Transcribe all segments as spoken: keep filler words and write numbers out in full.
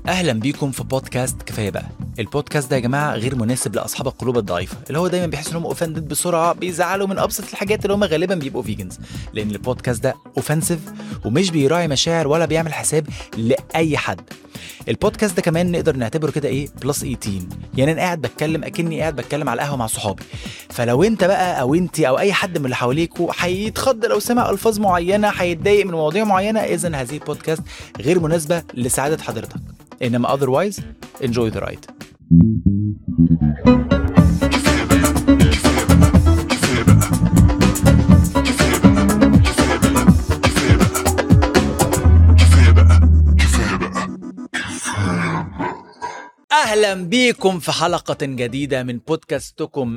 اهلا بيكم في بودكاست كفايه بقى. البودكاست ده يا جماعه غير مناسب لاصحاب القلوب الضعيفه اللي هو دايما بيحسوا انهم اوفندد بسرعه، بيزعلوا من ابسط الحاجات اللي هم غالبا بيبقوا فيجنز، لان البودكاست ده اوفنسيف ومش بيراعي مشاعر ولا بيعمل حساب لاي حد. البودكاست ده كمان نقدر نعتبره كده ايه بلس ثمانية عشر، يعني انا قاعد بتكلم اكني قاعد بتكلم على القهوه مع صحابي. فلو انت بقى او انتي او اي حد من اللي حواليكوا هيتخض لو سمع الفاظ معينه، هيتضايق من مواضيع معينه، اذا هذه البودكاست غير مناسبه لسعاده حضرتك. انما otherwise enjoy the ride. أهلا بيكم في حلقة جديدة من بودكاستكم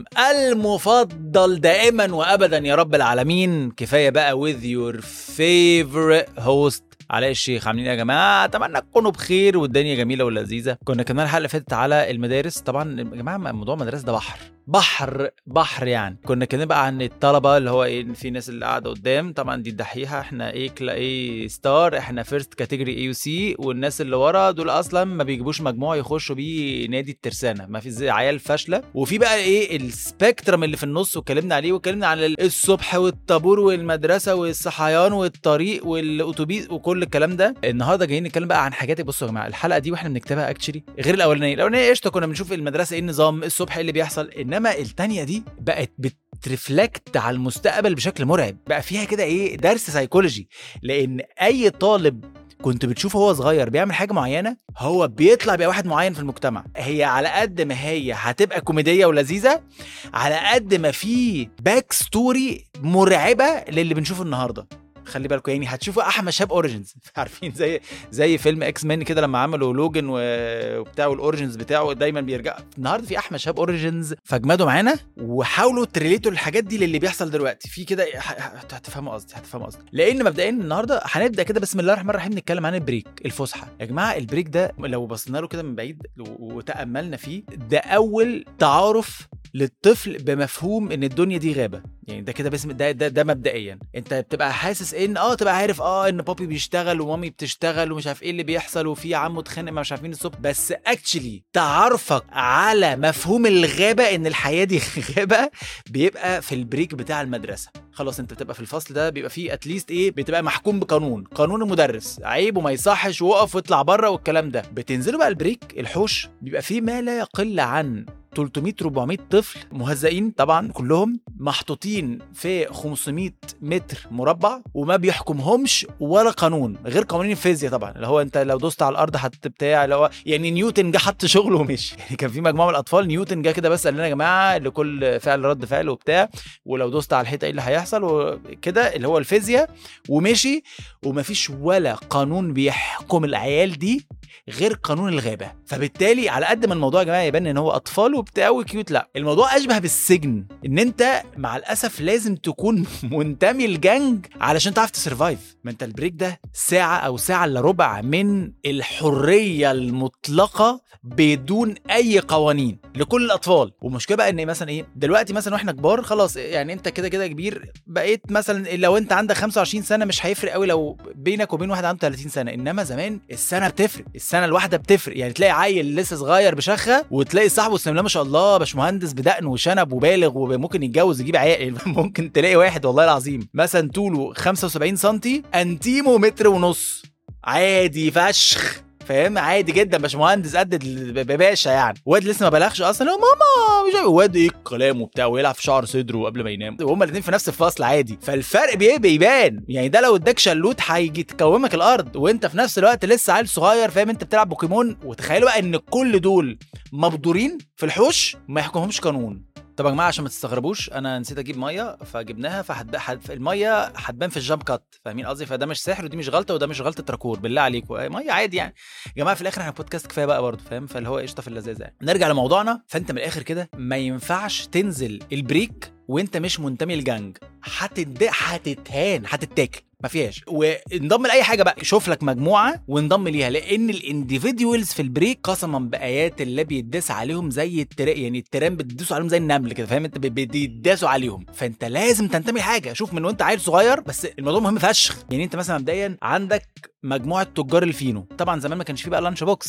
المفضل دائما وأبدا يا رب العالمين. كفاية بقى with your favorite host علاء الشيخ. عاملين يا جماعه؟ اتمنى تكونوا بخير والدنيا جميله ولذيذه. كنا كمان الحلقه اللي فاتت على المدارس. طبعا يا جماعه موضوع المدارس ده بحر بحر بحر يعني. كنا كنا بقى عن الطلبه اللي هو ايه، في ناس اللي قاعده قدام طبعا دي الدحيحه، احنا ايه كلا ايه ستار، احنا فيرست كاتيجوري اي وسي، والناس اللي ورا دول اصلا ما بيجيبوش مجموع يخشوا بيه نادي الترسانه، ما في زي عيال فاشله. وفي بقى ايه السبيكترم اللي في النص واتكلمنا عليه، واتكلمنا عن الصبح والطابور والمدرسه والصحيان والطريق والاتوبيس وكل كل الكلام ده. النهارده جايين نتكلم بقى عن حاجات. بصوا يا جماعه، الحلقه دي واحنا بنكتبها اكشلي غير الاولانيه. الاولانيه قشطه كنا بنشوف المدرسه ايه النظام، الصبح ايه اللي بيحصل، انما الثانيه دي بقت بترفلكت على المستقبل بشكل مرعب. بقى فيها كده ايه درس سايكولوجي، لان اي طالب كنت بتشوفه هو صغير بيعمل حاجه معينه هو بيطلع بقى واحد معين في المجتمع. هي على قد ما هي هتبقى كوميديه ولذيذه، على قد ما في باك ستوري مرعبه للي بنشوفه النهارده. خلي بالكم يعني هتشوفوا احمد شاب اوريجينز، عارفين زي زي فيلم اكس مان كده لما عملوا لوجن وبتاعه الاوريجينز بتاعه دايما بيرجع. النهارده في احمد شاب اوريجينز، فاجمدوا معانا وحاولوا تريليتوا الحاجات دي للي بيحصل دلوقتي في كده. هتفهموا قصدي هتفهموا قصدي لان مبدئيا النهارده هنبدا كده بسم الله الرحمن الرحيم نتكلم عن البريك الفسحه. يا جماعه البريك ده لو بصينا له كده من بعيد وتاملنا فيه، ده اول تعارف للطفل بمفهوم ان الدنيا دي غابه. يعني ده كده باسم ده, ده ده مبدئيا انت بتبقى حاسس ان اه تبقى عارف اه ان بابي بيشتغل ومامي بتشتغل ومش عارف ايه اللي بيحصل، وفي عمه اتخانق مش عارفين الصبح، بس اكشلي تعرفك على مفهوم الغابه ان الحياه دي غابه بيبقى في البريك بتاع المدرسه. خلاص انت بتبقى في الفصل ده بيبقى فيه اتليست ايه، بتبقى محكوم بقانون، قانون المدرس عيب وما يصحش وقف واطلع بره والكلام ده. بتنزلوا بقى البريك الحوش، بيبقى فيه ما لا يقل عن ثلاثمية أربعمية طفل مهزئين طبعا، كلهم محطوطين في خمسمية متر مربع وما بيحكمهمش ولا قانون غير قوانين الفيزياء طبعا، اللي هو انت لو دوست على الارض هتبتاع، اللي هو يعني نيوتن جه حط شغله ومشي. يعني كان في مجموعه من الاطفال نيوتن جه كده بس قال لنا يا جماعه لكل فعل رد فعل وبتاع، ولو دوست على الحيطه ايه اللي هيحصل وكده، اللي هو الفيزياء، ومشي. ومفيش ولا قانون بيحكم العيال دي غير قانون الغابه. فبالتالي على قد ما الموضوع يا جماعه يبان ان هو اطفال وبتاع وكيوت، لا الموضوع اشبه بالسجن، ان انت مع الاسف لازم تكون منتمي الجنج علشان تعرف تسرفايف. ما انت البريك ده ساعه او ساعه الا ربع من الحريه المطلقه بدون اي قوانين لكل الاطفال. ومشكله بقى ان مثلا ايه دلوقتي مثلا واحنا كبار خلاص، يعني انت كده كده كبير بقيت، مثلا لو انت عندك خمسة وعشرين سنه مش هيفرق قوي لو بينك وبين واحد عنده ثلاثين سنه، انما زمان السنه بتفرق، السنه الواحده بتفرق. يعني تلاقي عيل لسه صغير بشخه وتلاقي صاحبه بسم الله ما شاء الله باشمهندس بدقن وشنب وبالغ وممكن يتجوز يجيب عيال. ممكن تلاقي واحد والله العظيم مثلا طوله خمسة وسبعين سنتي انتيمو متر ونص عادي فشخ، فاهم؟ عادي جدا باشمهندس قد باشا يعني. واد لسه ما بلغش اصلا، هو ماما مش واد ايه الكلام وبتاع، ويلعب في شعر صدره قبل ما ينام، وهما الاثنين في نفس الفصل عادي. فالفرق بيبان يعني، ده لو اداك شلوت هيجي تكومك الارض وانت في نفس الوقت لسه عيل صغير، فاهم؟ انت بتلعب بوكيمون. وتخيلوا بقى ان كل دول مبدورين في الحوش ما يحكمهمش قانون. طبعا يا جماعه عشان ما تستغربوش انا نسيت اجيب ميه فجبناها، فحد الميه هتبان في الجامب كات، فاهمين قصدي؟ فده مش سحر ودي مش غلطه وده مش غلطه تراكور، بالله عليكم ميه عادي يعني يا جماعه. في الاخر احنا بودكاست كفايه بقى برضه، فاهم؟ فاللي هو قشطه في اللذاذه يعني. نرجع لموضوعنا. فانت من الاخر كده ما ينفعش تنزل البريك وانت مش منتمي الجنج، هتتد هتتهان هتتاكل ما فيهاش. وانضم لاي حاجه بقى، شوف لك مجموعه وانضم ليها، لان الانديفيديوالز في البريك قسما بايات اللي بيدس عليهم زي الترا، يعني الترام بتدوسوا عليهم زي النمل كده، فاهم؟ انت بيداسوا عليهم، فانت لازم تنتمي لحاجه. شوف من وانت عيل صغير، بس الموضوع مهم فشخ. يعني انت مثلا مبدئيا عندك مجموعه تجار الفينو، طبعا زمان ما كانش فيه بقى لانش بوكس،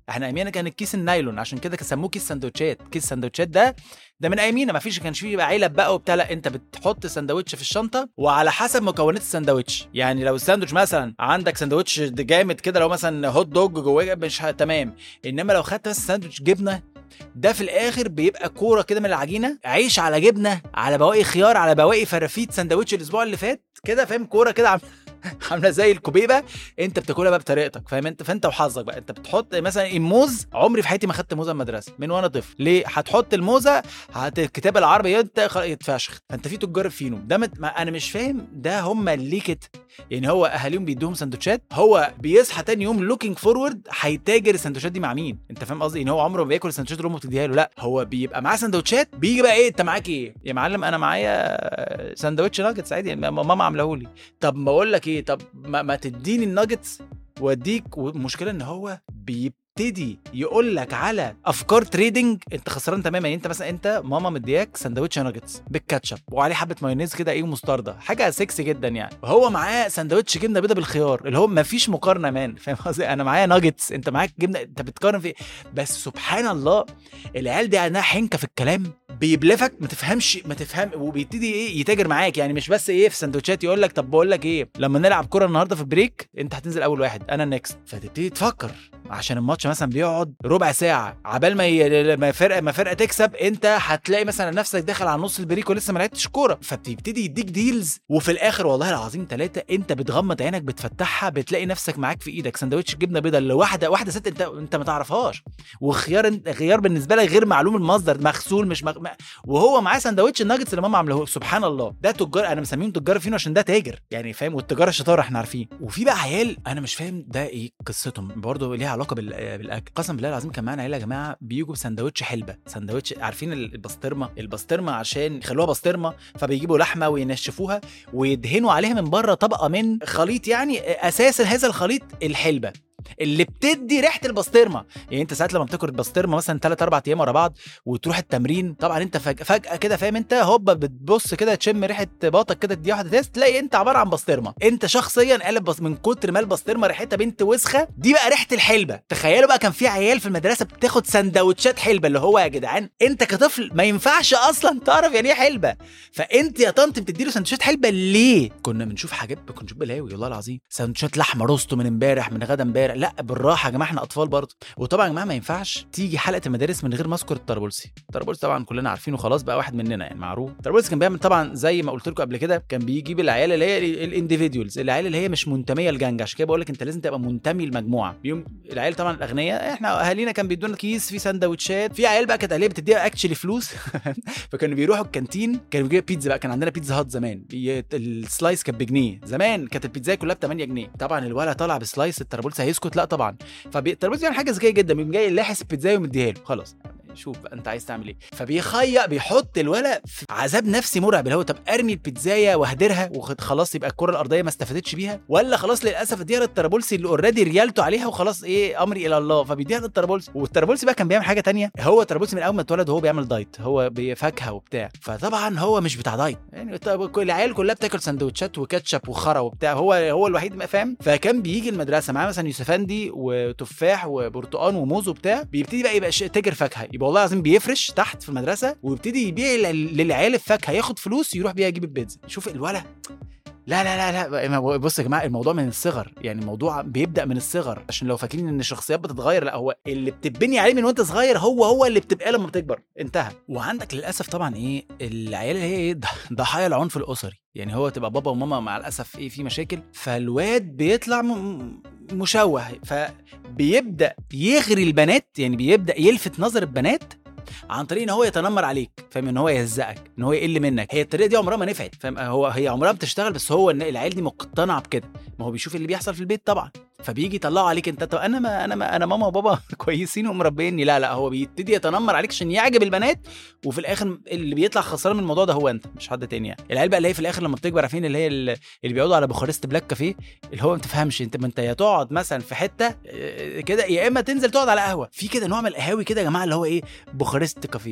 احنا ايامينا كان الكيس النايلون، عشان كده سموه كيس سندوتشات. كيس سندوتشات ده ده من ايامينا، ما فيش كانش فيه علب بقى وبتاع، لا انت بتحط سندوتش في الشنطه وعلى حسب مكونات السندوتش. يعني لو الساندوتش مثلا عندك سندوتش جامد كده، لو مثلا هوت دوج جواه مش تمام، انما لو خدت مثلا ساندوتش جبنه ده في الاخر بيبقى كوره كده من العجينه، عيش على جبنه على بواقي خيار على بواقي فرافيت سندوتش الاسبوع اللي فات كده، فاهم؟ كوره كده عم... عامله زي الكوبيبه، انت بتاكلها بقى بطريقتك، فاهم انت؟ فانت وحظك بقى، انت بتحط مثلا الموز. عمري في حياتي ما خدت موزه المدرسه من وانا طفل. ليه؟ هتحط الموزه الكتاب العربي انت يتفشخ، فانت في تجار فينو ده مت... ما انا مش فاهم ده هم ليه كده. يعني هو اهاليهم بيدوهم سندوتشات، هو بيصحى تاني يوم لوكينج فورورد هيتاجر السندوتشات دي مع مين؟ انت فاهم قصدي؟ ان هو عمره ما بياكل السندوتشات اللي امه بتديها له، لا هو بيبقى معاه سندوتشات. بيجي بقى ايه؟ انت معاك ايه يا معلم؟ انا معايا سندوتش ناجتس عادي ماما عامله لي. طب ما اقول لك ايه، طب ما, ما تديني الناجتس واديك. والمشكله ان هو بيبتدي يقول لك على افكار تريدنج، انت خسران تماما. يعني انت مثلا انت ماما مدياك سندوتش ناجتس بالكاتشب وعليه حبه مايونيز كده ايه ومستردة، حاجه سكسي جدا يعني، وهو معاه سندوتش جبنه بيضه بالخيار اللي هو ما فيش مقارنه مان، فاهم قصدي؟ انا معايا ناجتس انت معاك جبنه، انت بتقارن في. بس سبحان الله العيال دي عندها حنكه في الكلام، بيبلفك ما تفهمش ما تفهم، وبيبتدي ايه يتاجر معاك. يعني مش بس ايه في سندوتشات، يقول لك طب بقول لك ايه، لما نلعب كوره النهارده في بريك انت هتنزل اول واحد انا نيكست، فتبتدي تفكر عشان الماتش مثلا بيقعد ربع ساعه عبال ما ي... ما فرقه ما فرقه تكسب، انت هتلاقي مثلا نفسك داخل على نص البريك ولسه ما لعبتش كوره، فبتبتدي يديك ديلز. وفي الاخر والله العظيم ثلاثه انت بتغمض عينك بتفتحها بتلاقي نفسك معاك في ايدك سندوتش جبنه بيضه اللي واحده واحده ست انت انت ما تعرفهاش، وخيار انت خيار بالنسبه لك غير معلوم المصدر، مغسول مش مغ... وهو معاه سندوتش الناجتس اللي ماما عامله. سبحان الله ده تجار، انا مسميهم تجار فينو عشان ده تاجر يعني، فاهم؟ والتجاره الشطاره احنا عارفين. وفي بقى عيال انا مش فاهم ده ايه قصتهم، برضه ليها علاقه بالاكل. قسم بالله العظيم كان معانا عيله يا جماعه بيجوا بسندوتش حلبه، سندوتش عارفين البسطرمه، البسطرمه عشان يخلوها بسطرمه فبيجيبوا لحمه وينشفوها ويدهنوا عليها من بره طبقه من خليط، يعني اساس هذا الخليط الحلبه اللي بتدي ريحه البسطرمه. يعني انت ساعات لما بتاكل البسطرمه مثلا ثلاثة أربعة ايام ورا بعض وتروح التمرين، طبعا انت فجاه, فجأة كده فاهم انت هوبا بتبص كده تشم ريحه باطك كده تدي واحده تيست تلاقي انت عباره عن بسطرمه. انت شخصيا قلب بس من كتر ما البسطرمه ريحتها بنت وسخه، دي بقى ريحه الحلبه. تخيلوا بقى كان في عيال في المدرسه بتاخد سندوتشات حلبه، اللي هو يا جدعان انت كطفل ما ينفعش اصلا تعرف يعني ايه حلبه، فانت يا طنط بتدي له سندوتشات حلبه ليه؟ كنا بنشوف حاجات كنا بنشوف بلاوي والله العظيم، سندوتشات لحمه روستو من امبارح من غدا امبارح. لا بالراحه يا جماعه احنا اطفال برضه. وطبعا يا جماعه ما ينفعش تيجي حلقه المدارس من غير ما اذكر الطرابلسي. الطرابلسي طبعا كلنا عارفينه خلاص بقى واحد مننا يعني معروف. الطرابلسي كان بيعمل طبعا زي ما قلت لكم قبل كده، كان بيجيب العيال اللي هي الانديفيديولز، العيال اللي هي مش منتميه لجنج، عشان كده بقول لك انت لازم تبقى منتمي لمجموعه. بيوم العيال طبعا الاغنياء احنا اهالينا كان بيدونا كيس فيه سندوتشات، في عيال بقى كانت اهاليها بتديها اكشلي فلوس فكانوا بيروحوا الكانتين كانوا بيجيبوا بيتزا بقى. كان عندنا بيتزا هات زمان، السلايس كانت بجنيه، زمان كانت البيتزا كلها ب ثمانية جنيه. طبعا الولد طالع بسلايس، الطرابلسي هيسكت؟ لا طبعا. فالطرابلسي يعني حاجه ذكيه جدا، بيقوم جاي لاحس البيتزا ومديها له خلاص، شوف بقى انت عايز تعمل ايه. فبيخيق بيحط الولد في عذاب نفسي مرعب، اللي هو طب ارمي البيتزايه واهدرها وخلاص يبقى الكره الارضيه ما استفادتش بيها، ولا خلاص للاسف اديها للطرابلسي اللي اوريدي ريالته عليها وخلاص ايه امري الى الله، فبيديها للطرابلسي. والطرابلسي بقى كان بيعمل حاجه تانية، هو الطرابلسي من اول ما اتولد وهو بيعمل دايت، هو بفاكهه وبتاع، فطبعا هو مش بتاع دايت يعني، كل العيال كلها بتاكل سندوتشات وكاتشب وخرا وبتاع، هو هو الوحيد ما فاهم. فكان بيجي المدرسه معاه مثلا يوسفندي وتفاح وبرتقان وموز وبتاع، بيبتدي بقى يبقى تاجر فاكهه، يبقى والله العظيم بيفرش تحت في المدرسه ويبتدي يبيع للعيال الفاكهه، ياخد فلوس يروح بيها يجيب البيتزا. شوف الولد، لا لا لا لا بص يا جماعه الموضوع من الصغر، يعني الموضوع بيبدا من الصغر، عشان لو فاكرين ان الشخصيات بتتغير، لا هو اللي بتبني عليه من وانت صغير هو هو اللي بتبقى لما بتكبر، انتهى. وعندك للاسف طبعا ايه العيال اللي هي ايه ضحايا العنف الاسري، يعني هو تبقى بابا وماما مع الاسف ايه في مشاكل، فالواد بيطلع م... مشوه، فبيبدا يغري البنات، يعني بيبدا يلفت نظر البنات عن طريق ان هو يتنمر عليك، فاهم؟ ان هو يهزقك، ان هو يقل منك. هي الطريقه دي عمرها ما نفعت، فاهم؟ هو هي عمرها ما بتشتغل، بس هو ان العيال دي مقتنعه بكده، ما هو بيشوف اللي بيحصل في البيت طبعا، فبيجي يطلعوا عليك انت. طب انا ما انا ما انا ماما وبابا كويسين ومربيني، لا لا هو بيبتدي يتنمر عليك عشان يعجب البنات، وفي الاخر اللي بيطلع خسران من الموضوع ده هو انت مش حد تاني يعني. العيال بقى اللي هي في الاخر لما بتكبر عارفين اللي هي اللي بيقعدوا على بوخارست بلاك كافيه، اللي هو ما تفهمش انت، ما انت يا تقعد مثلا في حته كده يا اما تنزل تقعد على قهوه في كده نوع من القهاوي كده يا جماعه، اللي هو ايه بوخارست كافيه،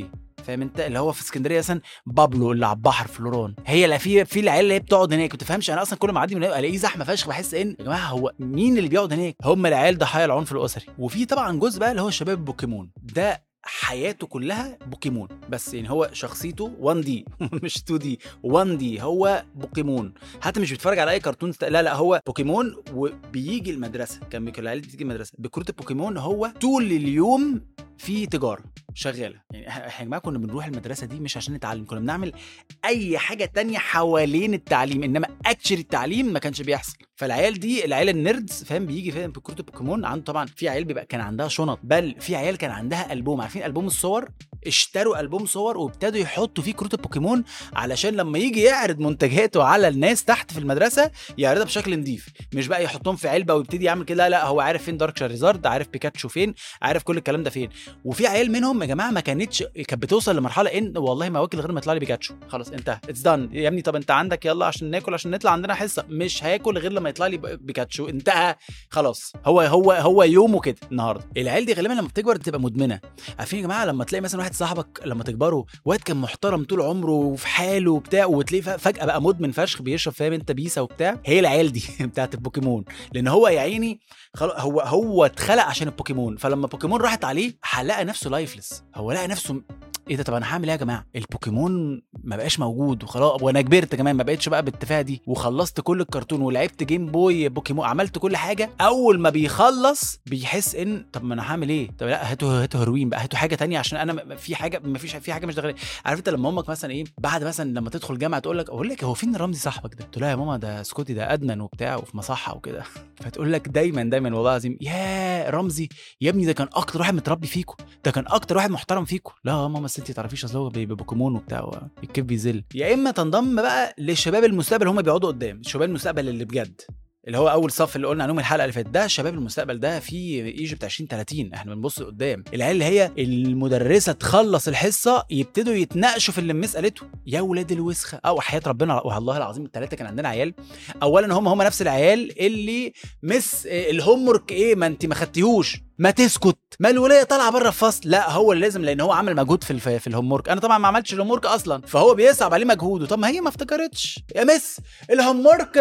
فاهم انت، اللي هو في اسكندريه مثلا بابلو اللي على البحر فلوران، هي اللي في في العيال اللي بتقعد هناك. ما تفهمش انا اصلا كل ما اعدي من هنا الاقيه زحمه فشخ، بحس ان يا جماعه هو مين اللي بيقعد هناك؟ هم العيال ضحايا العنف الاسري. وفي طبعا جزء بقى اللي هو شباب بوكيمون، ده حياته كلها بوكيمون بس، يعني هو شخصيته واحد دي مش اتنين دي، واحد دي هو بوكيمون، حتى مش بيتفرج على اي كرتون، لا لا هو بوكيمون. وبيجي المدرسه، كان بيجي العيال بتيجي المدرسه بكروت البوكيمون، هو طول اليوم في تجاره شغاله. يعني احنا يا جماعه كنا بنروح المدرسه دي مش عشان نتعلم، كنا بنعمل اي حاجه تانية حوالين التعليم، انما اكشلي التعليم ما كانش بيحصل. فالعيال دي العيال النيردز فاهم، بيجي فاهم بكروت البوكيمون. عنده طبعا في عيال بيبقى كان عندها شنط، بل في عيال كان عندها البوم، عارفين البوم الصور؟ اشتروا البوم صور وابتدوا يحطوا فيه كروت البوكيمون علشان لما يجي يعرض منتجاته على الناس تحت في المدرسه يعرضها بشكل نظيف، مش بقى يحطهم في علبه ويبتدي يعمل كده، لا لا هو عارف فين دارك شاريزارد، عارف بيكاتشو فين، عارف كل الكلام ده فين. وفي عيال منهم يا جماعه ما كانتش كانت بتوصل لمرحله ان والله ما واكل غير ما يطلع لي بيكاتشو، خلاص انتهى اتس دان يا ابني، طب انت عندك يلا عشان ناكل عشان نطلع عندنا حصه، مش هاكل غير لما يطلع لي بيكاتشو، انتهى خلاص. هو هو هو يومه كده النهارده. العيال دي غالبا لما بتكبر بتبقى مدمنه. عارفين يا جماعه لما تلاقي مثلا واحد صاحبك لما تكبروا واد كان محترم طول عمره وفي حاله وبتاع، وتلاقيه فجاه بقى مدمن فشخ بيشرب فاهم انت بيسا وبتاع، هي العيال دي بتاعت البوكيمون. لان هو يا عيني هو هو اتخلق عشان البوكيمون، فلما بوكيمون راحت عليه لقى نفسه لايفلس، هو لقى نفسه ايه ده، طب انا هعمل ايه يا جماعه؟ البوكيمون ما بقاش موجود وخلاص، وانا كبرت كمان ما بقتش بقى بالتفاهه دي، وخلصت كل الكرتون ولعبت جيم بوي بوكيمون، عملت كل حاجه. اول ما بيخلص بيحس ان طب ما انا هعمل ايه؟ طب لا هاتوا هاتوا هيروين بقى، هاتوا حاجه تانية عشان انا في حاجه ما فيش في حاجه مش داخله. عارف انت لما امك مثلا ايه بعد مثلا لما تدخل جامعه تقول لك اقول لك هو فين رمزي صاحبك ده؟ تقول لها يا ماما ده سكوتي ده ادمن وبتاع وفي مصحه وكده فتقول لك دايما دايما والله العظيم يا رمزي يا ابني ده كان اكتر واحد متربي فيكم، ده كان اكتر واحد محترم فيكم. لا يا ماما انت تعرفيش اصل ببوكيمون وبتاع الكيف بيزل. يا اما تنضم بقى لشباب المستقبل، هم بيقعدوا قدام شباب المستقبل اللي بجد، اللي هو اول صف اللي قلنا عنهم الحلقه اللي فاتت، ده شباب المستقبل ده في ايجيبت عشرين ثلاثين، احنا بنبص قدام. العيال اللي هي المدرسه تخلص الحصه يبتدوا يتناقشوا في اللي المس قالته، يا ولاد الوسخه او حياه ربنا والله العظيم الثلاثه كان عندنا عيال. اولا هم هم نفس العيال اللي مس الهوم ورك ايه ما انت ما خدتيهوش ما تسكت، ما الولايه طالعه بره الفصل، لا هو اللي لازم لان هو عمل مجهود في الف... في الهوم ورك. انا طبعا ما عملتش الهوم ورك اصلا، فهو بيصعب عليه مجهوده. طب ما هي ما افتكرتش يا مس الهوم ورك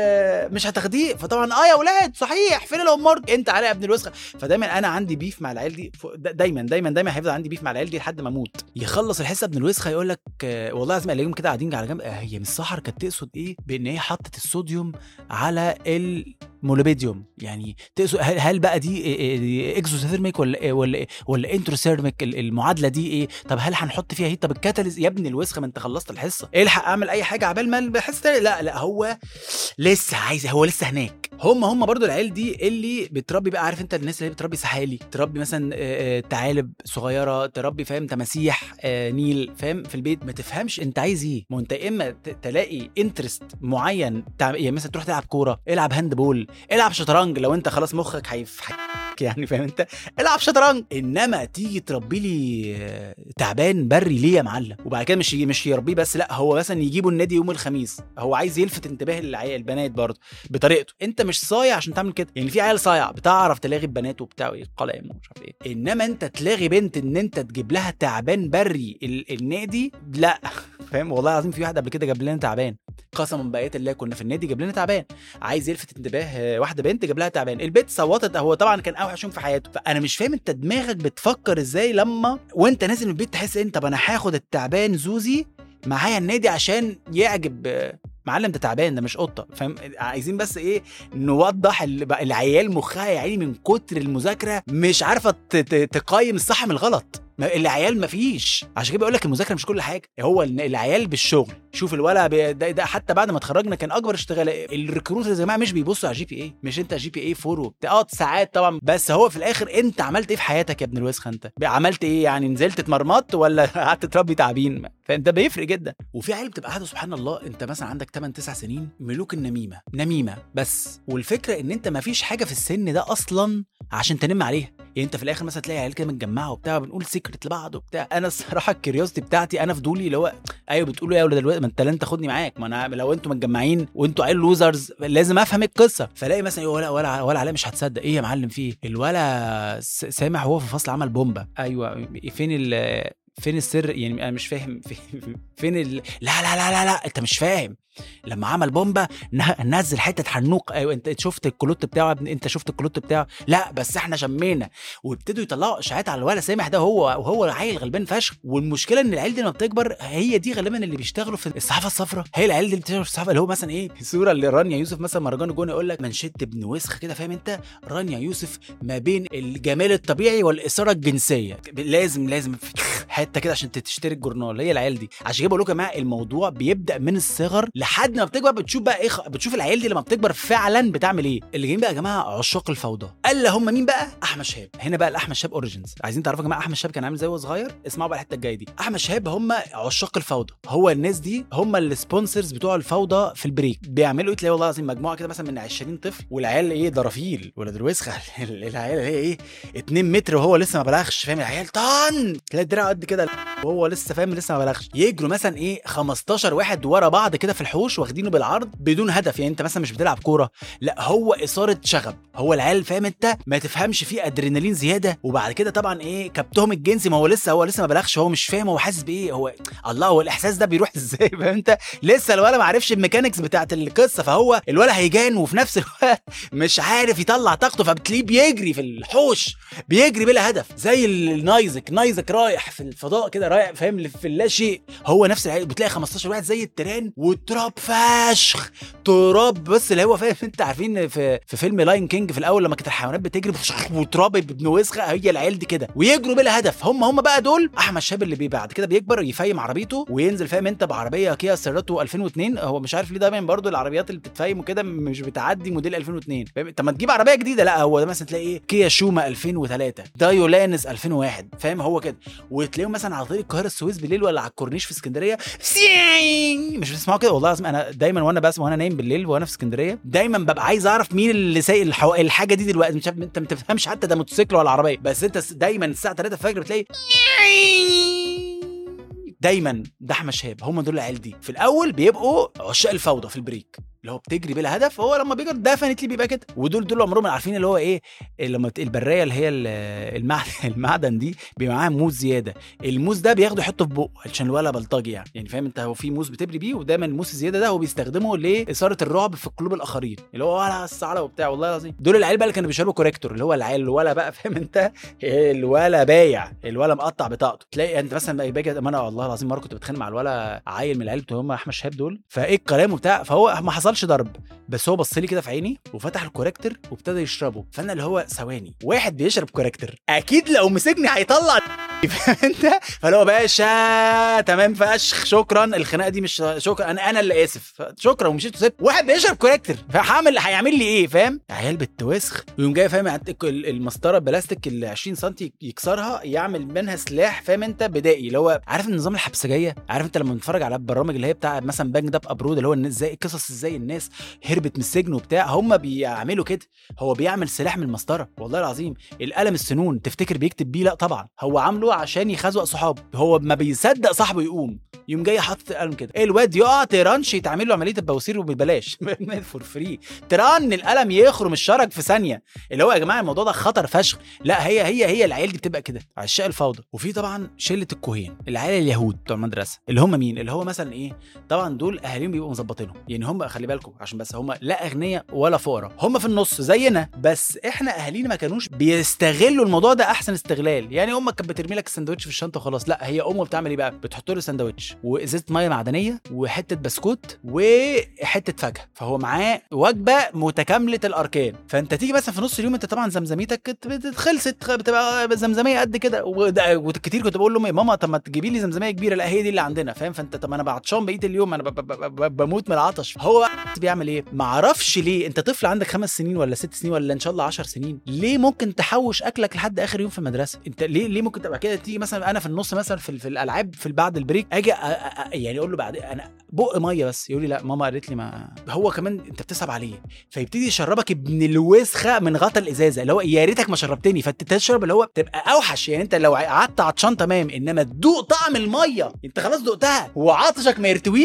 مش هتاخديه، فطبعا اه يا اولاد صحيح فين الهوم ورك انت على ابن الوسخه. فدايما انا عندي بيف مع العيال دي، دايما دايما دايما هيفضل عندي بيف مع العيال دي لحد ما اموت. يخلص الحصه ابن الوسخه يقول لك والله لازم الاقيهم كده قاعدين على جنب، هي مش سحر كانت تقصد ايه بان هي حطت الصوديوم على الموليبيديوم، يعني تقصد هل بقى دي اكزوثيرميك ولا ولا ولا انتروثيرميك المعادله دي ايه؟ طب هل هنحط فيها هيت؟ طب الكاتاليز يا ابن الوسخه ما انت خلصت الحصه الحق اعمل اي حاجه عبال ما الحصه. لا لا هو لسه عايز، هو لسه هناك. هم هم برضو العيال دي اللي بتربي بقى، عارف انت الناس اللي بتربي سحالي، تربي مثلا ثعالب صغيره، تربي فاهم تماسيح نيل فاهم في البيت، ما تفهمش انت عايز ايه. ما انت اما تلاقي انترست معين يعني مثلا تروح تلعب كوره، العب هاند بول، العب شطرنج لو انت خلاص مخك هيفحك يعني فاهم انت، العب شطرنج. انما تيجي تربي لي تعبان بري ليه يا معلم؟ وبعد كده مش مش يربيه بس، لا هو مثلا يجيبوا النادي يوم الخميس، هو عايز يلفت انتباه العيال البنات برضه بطريقته. انت مش صايع عشان تعمل كده، يعني في عيال صايع بتعرف تلاغي البنات وبتاع ايه قلم مش عارف ايه، انما انت تلاغي بنت ان انت تجيب لها تعبان بري النادي لا فاهم. والله العظيم في واحد قبل كده جاب لنا تعبان قسما بآيات الله، كنا في النادي جاب لنا تعبان عايز يلفت انتباه واحده بنت، جاب لها تعبان، البنت صوتت، هو طبعا كان اوحش يوم في حياته. فانا مش فاهم انت دماغك بتفكر ازاي لما وانت نازل من البيت تحس انت طب انا هاخد التعبان زوزي معايا النادي عشان يعجب معلم ده تعبان ده مش قطه فاهم. عايزين بس ايه نوضح العيال مخها يا عيني من كتر المذاكره مش عارفه تقيم الصح من الغلط. العيال مفيش، عشان كده بقول لك المذاكره مش كل حاجه، هو العيال بالشغل. شوف الولا ده, ده حتى بعد ما اتخرجنا كان اكبر اشتغال الريكروتر يا جماعه مش بيبصوا على جي بي اي، مش انت جي بي اي أربعة وبتاع اه ساعات طبعا، بس هو في الاخر انت عملت ايه في حياتك يا ابن الوسخه؟ انت عملت ايه يعني؟ نزلت اتمرمطت ولا قعدت تربي تعابين؟ فانت بيفرق جدا. وفي عيال بتبقى قاعده سبحان الله انت مثلا عندك تمانية تسعة سنين ملوك النميمه نميمه بس، والفكره ان انت مفيش حاجه في السن ده اصلا عشان تنم عليها. يعني انت في الاخر مثلا تلاقي عيال كده متجمعه وبتاع بنقول سيكرت لبعض وبتاع، انا الصراحه الكيوريوسيتي بتاعتي انا فضولي اللي هو ايوه بتقولوا يا ولاد الواد ما انت لن تاخدني معاك، ما انا لو انتوا متجمعين وانتوا عيال لوزرز لازم افهم القصه. فلاقي مثلا ولا ولا ولا علاء مش هتصدق ايه يا معلم فيه الولا سامح هو في فصل عمل بومبا، ايوه فين ال فين السر يعني؟ انا مش فاهم فين, فين ال... لا لا لا لا لا انت مش فاهم. لما عمل بومبا نزل حته حنوق. ايوه انت شفت الكلوت بتاعه؟ انت شفت الكلوت بتاعه؟ لا بس احنا شمينا. وابتدوا يطلعوا اشاعات على الولا سامح ده، هو وهو عيل غلبان فشخ. والمشكله ان العيال دي لما بتكبر هي دي غالبا اللي بيشتغلوا في الصحافه الصفراء، هي العيال دي اللي بتشتغل في الصحافه، اللي هو مثلا ايه الصوره اللي رانيا يوسف مثلا مهرجان الجونه يقول لك منشط ابن وسخ كده، فاهم انت؟ رانيا يوسف ما بين الجمال الطبيعي والاثاره الجنسيه، لازم لازم حته كده عشان تشتري الجورنال. هي العيال دي عشان كده بقول لكم يا جماعه الموضوع بيبدا من الصغر لحد ما بتكبر. بتشوف بقى ايه، بتشوف العيال دي لما بتكبر فعلا بتعمل ايه. اللي جايين بقى يا جماعه عشاق الفوضى. قال هم مين بقى؟ احمد شهاب. هنا بقى الاحمد شهاب اوريجينز. عايزين تعرفوا يا جماعه احمد شهاب كان عامل ازاي وهو صغير؟ اسمعوا بقى الحته الجايه دي. احمد شهاب هم عشاق الفوضى. هو الناس دي هم السبونسرز بتوع الفوضى في البريك. بيعملوا ايه؟ تلاقي والله العظيم مجموعه كده مثلا من عشرين طفل، والعيال ايه درافيل ولا درويسخه العيال هي ايه اتنين متر وهو لسه ما بلغش، فاهم؟ العيال طن تلاقي الدراع قد كده وهو لسه فاهم لسه ما بلغش. يجروا مثلا ايه خمستاشر واحد ورا بعض كده في الحوش واخدينه بالعرض بدون هدف. يعني انت مثلا مش بتلعب كوره، لا هو اثاره شغب. هو العيال فاهم انت ما تفهمش فيه ادرينالين زياده. وبعد كده طبعا ايه كبتهم الجنسي، ما هو لسه هو لسه ما بلغش، هو مش فاهم هو حاسس بايه. هو الله هو الاحساس ده بيروح ازاي؟ فاهم انت؟ لسه الولا ما عرفش الميكانيكس بتاعه القصه، فهو الولا هيجان وفي نفس الوقت مش عارف يطلع طاقته، فبتلاقيه بيجري في الحوش بيجري بلا هدف زي النايزك نايزك رايح في الفضاء كده رايح فاهم في اللا شيء. هو نفس العيال بتلاقي خمستاشر واحد زي التران والتراب فشخ تراب. بس اللي هو فاهم انت عارفين في في فيلم لاين كينج في الاول لما كانت الحيوانات بتجري وتراب ابن وسخه، هي العيال دي كده ويجروا بلا هدف. هم هم بقى دول احمد شهاب اللي بي بعد كده بيكبر يفيم عربيته وينزل فاهم انت بعربيه كيا سيراتو ألفين واثنين. هو مش عارف ليه دايما برضو العربيات اللي بتتفيم وكده مش بتعدي موديل ألفين واثنين. طب ما تجيب عربيه جديده. لا هو ده مثلا تلاقي ايه كيا شوما ألفين وثلاثة، دايولانس ألفين وواحد، فاهم؟ هو كده. وتلاقيهم مثلا على طريق القاهره السويس بالليل ولا على الكورنيش في اسكندريه مش بتسمعوا كده؟ والله لازم انا دايما وانا بسمع وانا نايم بالليل وانا في اسكندريه دايما ببقى عايز اعرف مين اللي سايق الحو... الحاجه دي دلوقتي. مش انت ما تفهمش حتى ده موتوسيكل ولا عربيه، بس انت دايما الساعه ثلاثة الفجر بتلاقي دايما ده احمد شهاب. هم دول العيال دي في الاول بيبقوا عشاق الفوضى في البريك اللي هو بتجري بلا هدف. هو لما بيجر دفنتلي بيبقى كده. ودول دول عمرهم عارفين اللي هو ايه لما البرايه اللي هي المعدن المعدن دي بيبقى معاها موز زياده. الموز ده بياخده يحطه في بقه عشان الولا بلطجي يعني يعني فاهم انت؟ هو في موز بتبري بيه ودايما الموز الزياده ده هو بيستخدمه لاثاره الرعب في قلوب الاخرين اللي هو ولا الصعله وبتاع. والله العظيم دول العيال بقى اللي كانوا بيشربوا كوريكتور اللي هو العيال الولا بقى فاهم انت؟ الولا بايع الولا مقطع بطاقته. تلاقي انت مثلا باجي انا والله العظيم مره كنت بتخانق مع الولا عيل من العيال بتوع هم احمد شهاب دول، فايه الكلام وبتاع، فهو ما حصلش ضرب بس هو بص لي كده في عيني وفتح الكوريكتور وابتدى يشربه. فانا اللي هو ثواني واحد بيشرب كوريكتور اكيد لو مسكني هيطلع فاهم انت؟ فلو باشا تمام فشخ شكرا الخناقه دي مش شكرا انا انا اللي اسف شكرا ومشيت وسبت. واحد بيشرب كوريكتور فهعمل هيعمل لي ايه؟ فاهم؟ عيال بتوسخ ويوم جاي فاهم المسطره البلاستيك اللي عشرين سم يكسرها يعمل منها سلاح فاهم انت بدائي اللي هو عارف النظام الحبسجيه. عارف انت لما بتتفرج على البرامج اللي هي بتاع مثلا بانج داب ابرود اللي هو الناس ازاي قصص ازاي الناس هربت من السجن وبتاع، هم بيعملوا كده. هو بيعمل سلاح من المسطره والله العظيم. القلم السنون تفتكر بيكتب بيه؟ لا طبعا هو عامله عشان يخزق صحابه. هو ما بيصدق صاحبه يقوم يوم جاي حاطط القلم كده الواد يقع ترانش يتعمل له عمليه البواسير وببلاش فور فري تران القلم يخرم الشرج في ثانيه. اللي هو يا جماعه الموضوع ده خطر فشخ. لا هي هي هي العيال دي بتبقى كده عشاق الفوضى. وفي طبعا شله الكوهين العيال اليهود بتوع المدرسه اللي هم مين؟ اللي هو مثلا ايه طبعا دول اهاليهم بيبقوا مظبطينهم يعني. هم خلي بالكم عشان بس هم لا اغنياء ولا فقراء، هم في النص زينا، بس احنا اهالينا ما كانوش بيستغلوا الموضوع ده احسن استغلال. يعني امك كانت بترمي لك السندوتش في الشنطه وخلاص، لا هي امه بتعمل ايه بقى؟ بتحط له سندوتش وازازه ميه معدنيه وحته بسكوت وحته فاكهه، فهو معاه وجبه متكامله الاركان. فانت تيجي مثلا في نص اليوم انت طبعا زمزميتك خلصت بتبقى زمزميه قد كده، وكتير كنت بقول لامي ماما طب ما تجيبي لي زمزميه كبيره، لا هي دي اللي عندنا فاهم؟ فانت طب انا بعطشان بقيه اليوم انا بموت من العطش. هو بيعمل ايه؟ ما اعرفش ليه انت طفل عندك خمس سنين ولا ست سنين ولا ان شاء الله عشر سنين، ليه ممكن تحوش اكلك لحد اخر يوم في المدرسه؟ انت ليه ليه ممكن تبقى كده تيجي مثلا انا في النص مثلا في, في الالعاب في بعد البريك اجي أ أ يعني اقول له بعد انا بق ميه بس، يقول لي لا ماما قالت لي ما. هو كمان انت بتصعب عليه فيبتدي يشربك ابن الوسخه من غطا الازازه اللي هو يا ريتك ما شربتني، فتشرب اللي هو تبقى اوحش. يعني انت لو قعدت عطشان تمام انما تدوق طعم الميه انت خلاص دقتها وعطشك ما يرتويش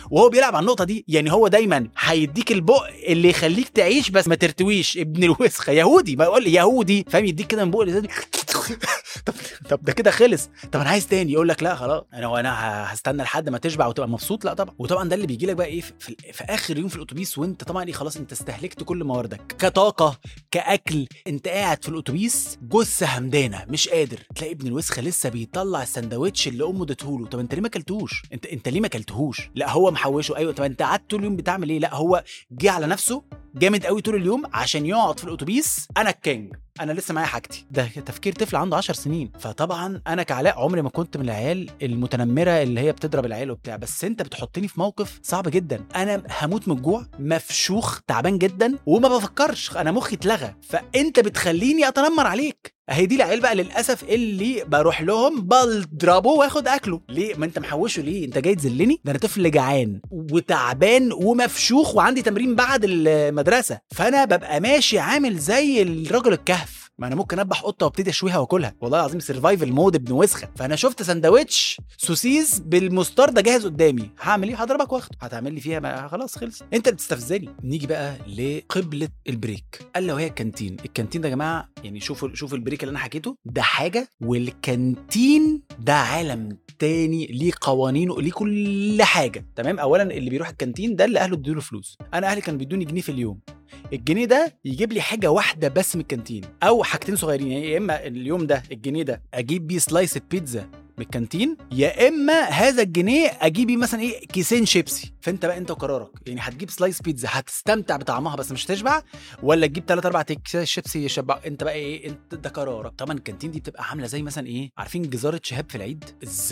وهو بيلعب على النقطه دي. يعني هو دايما هيديك البق اللي يخليك تعيش بس ما ترتويش. ابن الوسخه يهودي، ما يقول يهودي فاهم، يديك كده من بق اللي طب طب ده كده خلص، طب انا عايز تاني، يقول لك لا خلاص انا وانا هستنى لحد ما تشبع وتبقى مبسوط. لا طبعا. وطبعا ده اللي بيجي لك بقى ايه في, في, في اخر يوم في الاتوبيس، وانت طبعا ايه خلاص انت استهلكت كل مواردك كطاقه كاكل. انت قاعد في الاتوبيس جثه همدانه مش قادر، تلاقي ابن الوسخه لسه بيطلع السندوتش اللي امه اديتهوله. طب انت ليه ما اكلتوش؟ انت انت ليه ما اكلتهوش؟ لا هو محوشه. ايوه طب انت قعدت طول اليوم بتعمل ايه؟ لا هو جه على نفسه جامد قوي طول اليوم عشان يقعد في الاتوبيس. انا الكينج، انا لسه معايا حاجتي. ده تفكير طفل عنده عشر سنين. فطبعا انا كعلاء عمري ما كنت من العيال المتنمره اللي هي بتضرب العيال وبتاع، بس انت بتحطني في موقف صعب جدا. انا هموت من الجوع، مفشوخ تعبان جدا وما بفكرش، انا مخي اتلغى، فانت بتخليني اتنمر عليك. اهي دي العيال بقى للاسف اللي بروح لهم بضربه واخد اكله. ليه؟ ما انت محوشه ليه؟ انت جاي تذلني؟ ده انا طفل جعان وتعبان ومفشوخ وعندي تمرين بعد المدرسه، فانا ببقى ماشي عامل زي الرجل الكهف. ما انا ممكن اذبح قطه وابتدي اشويها واكلها، والله العظيم سرفايفل مود ابن وسخه. فانا شفت سندوتش سوسيس بالمستردة جاهز قدامي، هعمل ايه؟ هضربك واخده. هتعمل لي فيها ما خلاص خلص، انت بتستفزني. نيجي بقى لقبله البريك، الا وهي الكانتين. الكانتين ده يا جماعه يعني شوفوا شوفوا البريك اللي انا حكيته ده حاجه، والكانتين ده عالم تاني، ليه قوانينه، ليه كل حاجه. تمام. اولا اللي بيروح الكانتين ده اللي اهله ادوا له فلوس. انا اهلي كانوا بيدوني جنيه في اليوم، الجنيه ده يجيب لي حاجه واحده بس من الكانتين او حاجتين صغيرين. يعني يا اما اليوم ده الجنيه ده اجيب بيه سلايس بيتزا من الكانتين، يا اما هذا الجنيه اجيب بيه مثلا ايه كيسين شيبسي. فانت بقى انت وقرارك، يعني هتجيب سلايس بيتزا هتستمتع بطعمها بس مش هتشبع، ولا تجيب ثلاثة أربعة كيسين شيبسي يشبع. انت بقى ايه؟ انت ده قرارك. طبعا الكانتين دي بتبقى عامله زي مثلا ايه، عارفين جزاره شهاب في العيد؟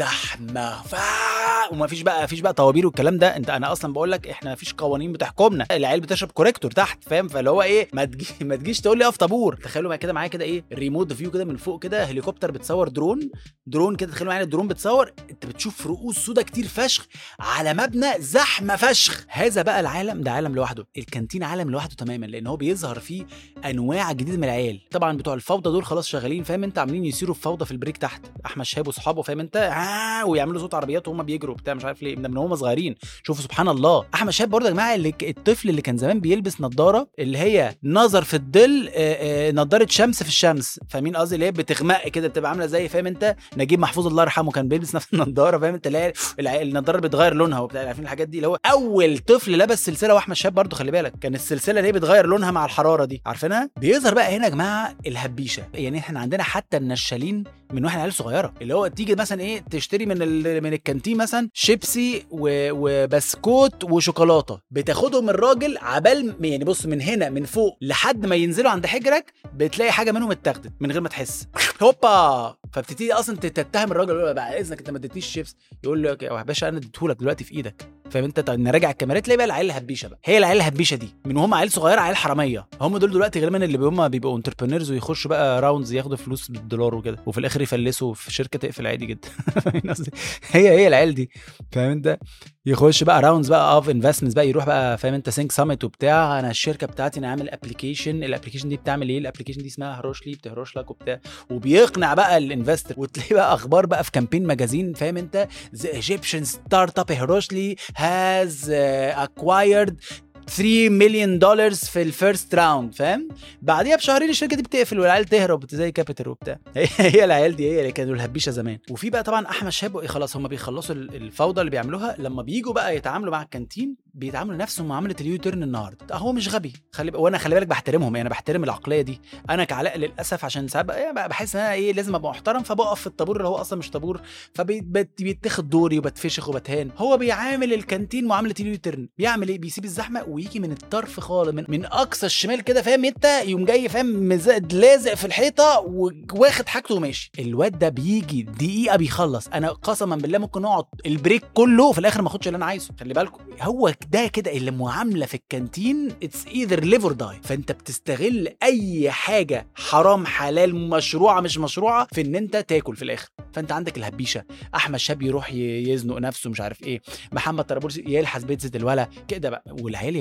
الزحمه فا وما فيش بقى فيش بقى طوابير والكلام ده. انت انا اصلا بقول لك احنا ما فيش قوانين بتحكمنا، العيال بتشرب كوريكتور تحت فاهم، فاللي هو ايه ما تجي ما تجيش تقول لي اقف طابور. تخيلوا معايا كده معايا كده ايه الريموت فيو كده من فوق كده، هليكوبتر بتصور درون درون كده، تخيلوا معايا الدرون بتصور، انت بتشوف رؤوس سودا كتير فشخ على مبنى زحمه فشخ. هذا بقى العالم ده عالم لوحده. الكانتين عالم لوحده تماما، لان هو بيظهر فيه انواع جديده من العيال. طبعا بتوع الفوضى دول خلاص شغالين فاهم انت، عاملين يسيروا الفوضى في البريك تحت، احمد شهاب واصحابه فاهم انت، آه ويعملوا صوت عربيات وهم بيجروا بتاع مش عارف ليه من هم صغيرين. شوفوا سبحان الله. احمد شهاب برضه يا جماعه اللي الطفل اللي كان زمان بيلبس نظاره اللي هي نظر في الظل، نظاره شمس في الشمس، فاهمين قصدي؟ اللي هي بتغمق كده بتبقى عامله زي فاهم انت نجيب محفوظ الله يرحمه كان بيلبس نفس النظاره فاهم انت، لا النظاره بتغير لونها وبتاع، عارفين الحاجات دي؟ اللي هو اول طفل لبس سلسله. واحمد شهاب برضه خلي بالك كان السلسله اللي هي بتغير لونها مع الحراره دي، عارفينها؟ بيظهر بقى هنا يا جماعه الهبيشه. يعني احنا عندنا حتى النشالين من واحنا عيال صغيره، اللي هو تيجي مثلا ايه تشتري من من الكانتين مثلا شيبسي وبسكوت وشوكولاته، بتاخدهم الراجل عبال يعني بص من هنا من فوق لحد ما ينزلوا عند حجرك بتلاقي حاجه منهم اتاخدت من غير ما تحس، هوبا. فبتبتدي اصلا تتهم الراجل، يقول بعد اذنك انت ما اديتنيش شيبس، يقول لك يا باشا انا اديتهولك دلوقتي في ايدك فاهم انت. طب نراجع الكاميرات تلاقي بقى العيال الهبيشه بقى، هي العيال الهبيشه دي من وهم عيال صغيره عيال حراميه، هم دول دلوقتي غالبا اللي هم بيبقوا انتربرينورز ويخشوا بقى راوندز ياخدوا فلوس بالدولار وكده، وفي الاخر يفلسوا في شركه تقفل عادي جدا. هي هي العيال دي فاهم انت، يخش بقى راوندز بقى اوف انفستمنتس بقى، يروح بقى فاهم انت سينك سامت وبتاع، انا الشركه بتاعتي انا عامل ابلكيشن، الابلكيشن دي بتعمل ايه؟ الابلكيشن دي اسمها هروش لي بتهرش لك وبتاع، وبيقنع بقى الانفستر. وتلاقي بقى اخبار بقى في كامبين ماجازين فاهم انت، ذا ايجيبشن ستارت اب هروش لي هاز acquired ثلاثة مليون دولار في الفيرست راوند فاهم. بعديها بشهرين الشركه دي بتقفل والعيال تهرب زي كابيتال وبتاع. هي العيال دي هي اللي كانوا الهبيشه زمان. وفي بقى طبعا احمد شهاب خلاص هم بيخلصوا الفوضى اللي بيعملوها، لما بييجوا بقى يتعاملوا مع الكانتين بيتعاملوا نفسهم معامله اليو تيرن النهارده. هو مش غبي خلي وانا خلي بالك بحترمهم، يعني انا بحترم العقليه دي. انا كعلاء للاسف عشان ساعات بقى بحس ان انا ايه لازم ابقى محترم، فبقف في الطابور اللي هو اصلا مش طابور، فبيتاخد دوري وبتفشخ وبتهان. هو بيعامل الكانتين معامله اليو تيرن، بيعمل ايه؟ بيسيب الزحمه ويجي من الطرف خالص من, من اقصى الشمال كده فاهم انت، يوم جاي فاهم مزاد لازق في الحيطه واخد حاجته وماشي. الواد ده بيجي دقيقه بيخلص، انا قسما بالله ممكن اقعد البريك كله وفي الاخر ما اخدش اللي انا عايزه. خلي بالكم هو ده كده اللي معامله في الكانتين اتس ايذر ليف اور داي. فانت بتستغل اي حاجه حرام حلال مشروعه مش مشروعه في ان انت تاكل في الاخر. فانت عندك الهبيشه، احمد شاب يروح يزنق نفسه مش عارف ايه، محمد طرابلسي يلحس بيتزا الولا كده بقى. والعيال يا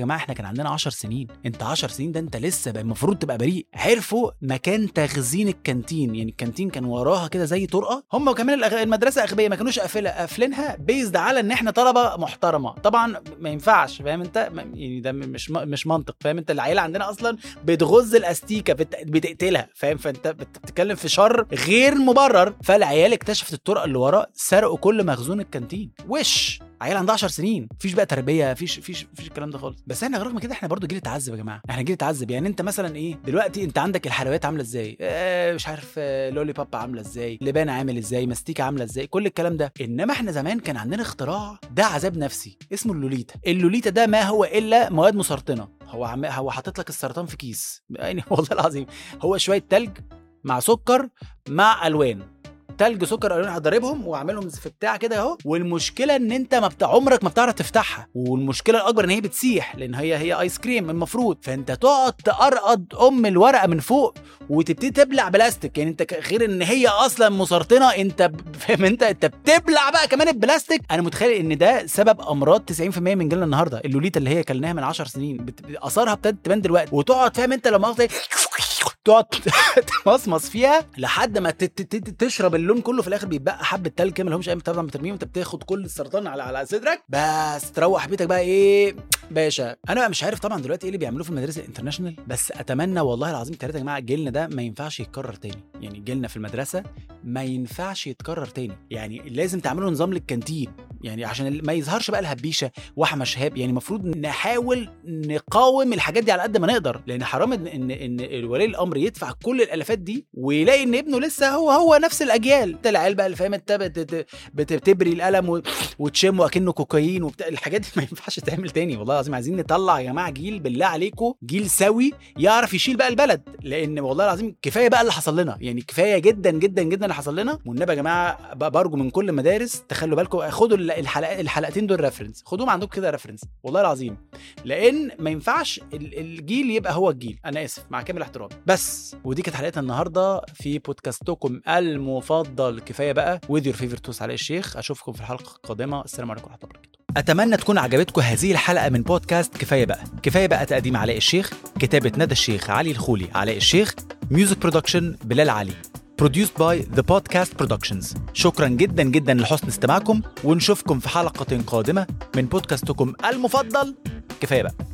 جماعه احنا كان عندنا عشر سنين، انت عشر سنين ده انت لسه بقى المفروض تبقى بريء. عرفوا مكان تخزين الكانتين، يعني الكانتين كان وراها كده زي طرقه، هم كمان المدرسه اغبيه ما كانوش قافلينها بيزد على ان احنا طلبه محترمه. طبعا ما ينفعش، فاهم انت، يعني ده مش مش منطق، فاهم انت. العيله عندنا اصلا بتغز الاستيكه بتقتلها، فاهم، فانت بتتكلم في شر غير مبرر. فالعيال اكتشفت الطرق اللي ورا، سرقوا كل مخزون الكانتين. وش عيال عندها عشر سنين، مفيش بقى تربيه، مفيش مفيش مفيش الكلام ده خالص. بس احنا رغم كده احنا برضو جيل اتعذب يا جماعه، احنا جيل اتعذب. يعني انت مثلا ايه دلوقتي، انت عندك الحلويات عامله ازاي، اه مش عارف، اه لولي بابا عامله ازاي، لبان عامل ازاي، مستيكه عامله ازاي، كل الكلام ده. انما احنا زمان كان عندنا اختراع ده عذاب نفسي اسمه اللوليتا. اللوليتا ده ما هو الا مواد مسرطنه. هو عم... هو حاطط لك السرطان في كيس، يعني والله العظيم هو شويه تلج مع سكر مع الوان، تلج سكر الوان، هضربهم واعملهم في بتاع كده اهو. والمشكله ان انت ما بتاع عمرك ما بتعرف تفتحها، والمشكله الاكبر ان هي بتسيح لان هي هي ايس كريم المفروض. فانت تقعد تقرقض ام الورقه من فوق وتبتدي تبلع بلاستيك. يعني انت غير ان هي اصلا مسرطنه، انت فاهم انت انت بتبلع بقى كمان البلاستيك. انا متخيل ان ده سبب امراض تسعين في المية من جيلنا النهارده. اللوليتا اللي هي كلناها من عشر سنين اثارها ابتدت تبان دلوقتي، وتقعد فاهم انت لما تقعد تمصمص فيها لحد ما تشرب اللون كله، في الاخر بيبقى حبه تلج كده مالهمش اي طبعا بترميهم، انت بتاخد كل السرطان على على صدرك بس تروح بيتك بقى ايه باشا. انا بقى مش عارف طبعا دلوقتي ايه اللي بيعملوه في المدارس الانترناشونال، بس اتمنى والله العظيم ثلاثه يا جماعه جيلنا ده ما ينفعش يتكرر تاني. يعني جيلنا في المدرسه ما ينفعش يتكرر تاني، يعني لازم تعملوا نظام للكانتين، يعني عشان ما يظهرش بقى الهبيشه واحمى شهاب. يعني المفروض نحاول نقاوم الحاجات دي على قد ما نقدر، لان حرام ان ان, إن ولي الامر يدفع كل الالافات دي ويلاقي ان ابنه لسه هو هو نفس الاجيال. انت العيال بقى اللي فاهم انت بتبري القلم وتشم اكنه كوكايين وبتاع، الحاجات دي ما ينفعش تعمل تاني. والله العظيم عايزين نطلع يا جماعه جيل بالله عليكم، جيل سوي يعرف يشيل بقى البلد، لان والله العظيم كفايه بقى اللي حصل لنا، يعني كفايه جدا جدا جدا اللي حصل لنا. والنبي يا جماعه برجو من كل المدارس تخلوا بالكم، خدوا الحلقات الحلقتين دول ريفرنس، خدوهم عندكم كده ريفرنس والله العظيم، لان ما ينفعش الجيل يبقى هو الجيل. انا اسف مع كامل احترامي. بس ودي كانت حلقتنا النهارده في بودكاستكم المفضل كفايه بقى with your favorite host علاء الشيخ. اشوفكم في الحلقه القادمه. السلام عليكم ورحمه الله وبركاته. اتمنى تكون عجبتكم هذه الحلقه من بودكاست كفايه بقى. كفايه بقى تقديم علاء الشيخ، كتابه ندى الشيخ، علي الخولي، علاء الشيخ، ميوزك برودكشن بلال علي، produced by The Podcast Productions. شكرا جدا جدا لحسن استماعكم، ونشوفكم في حلقه قادمه من بودكاستكم المفضل كفايه بقى.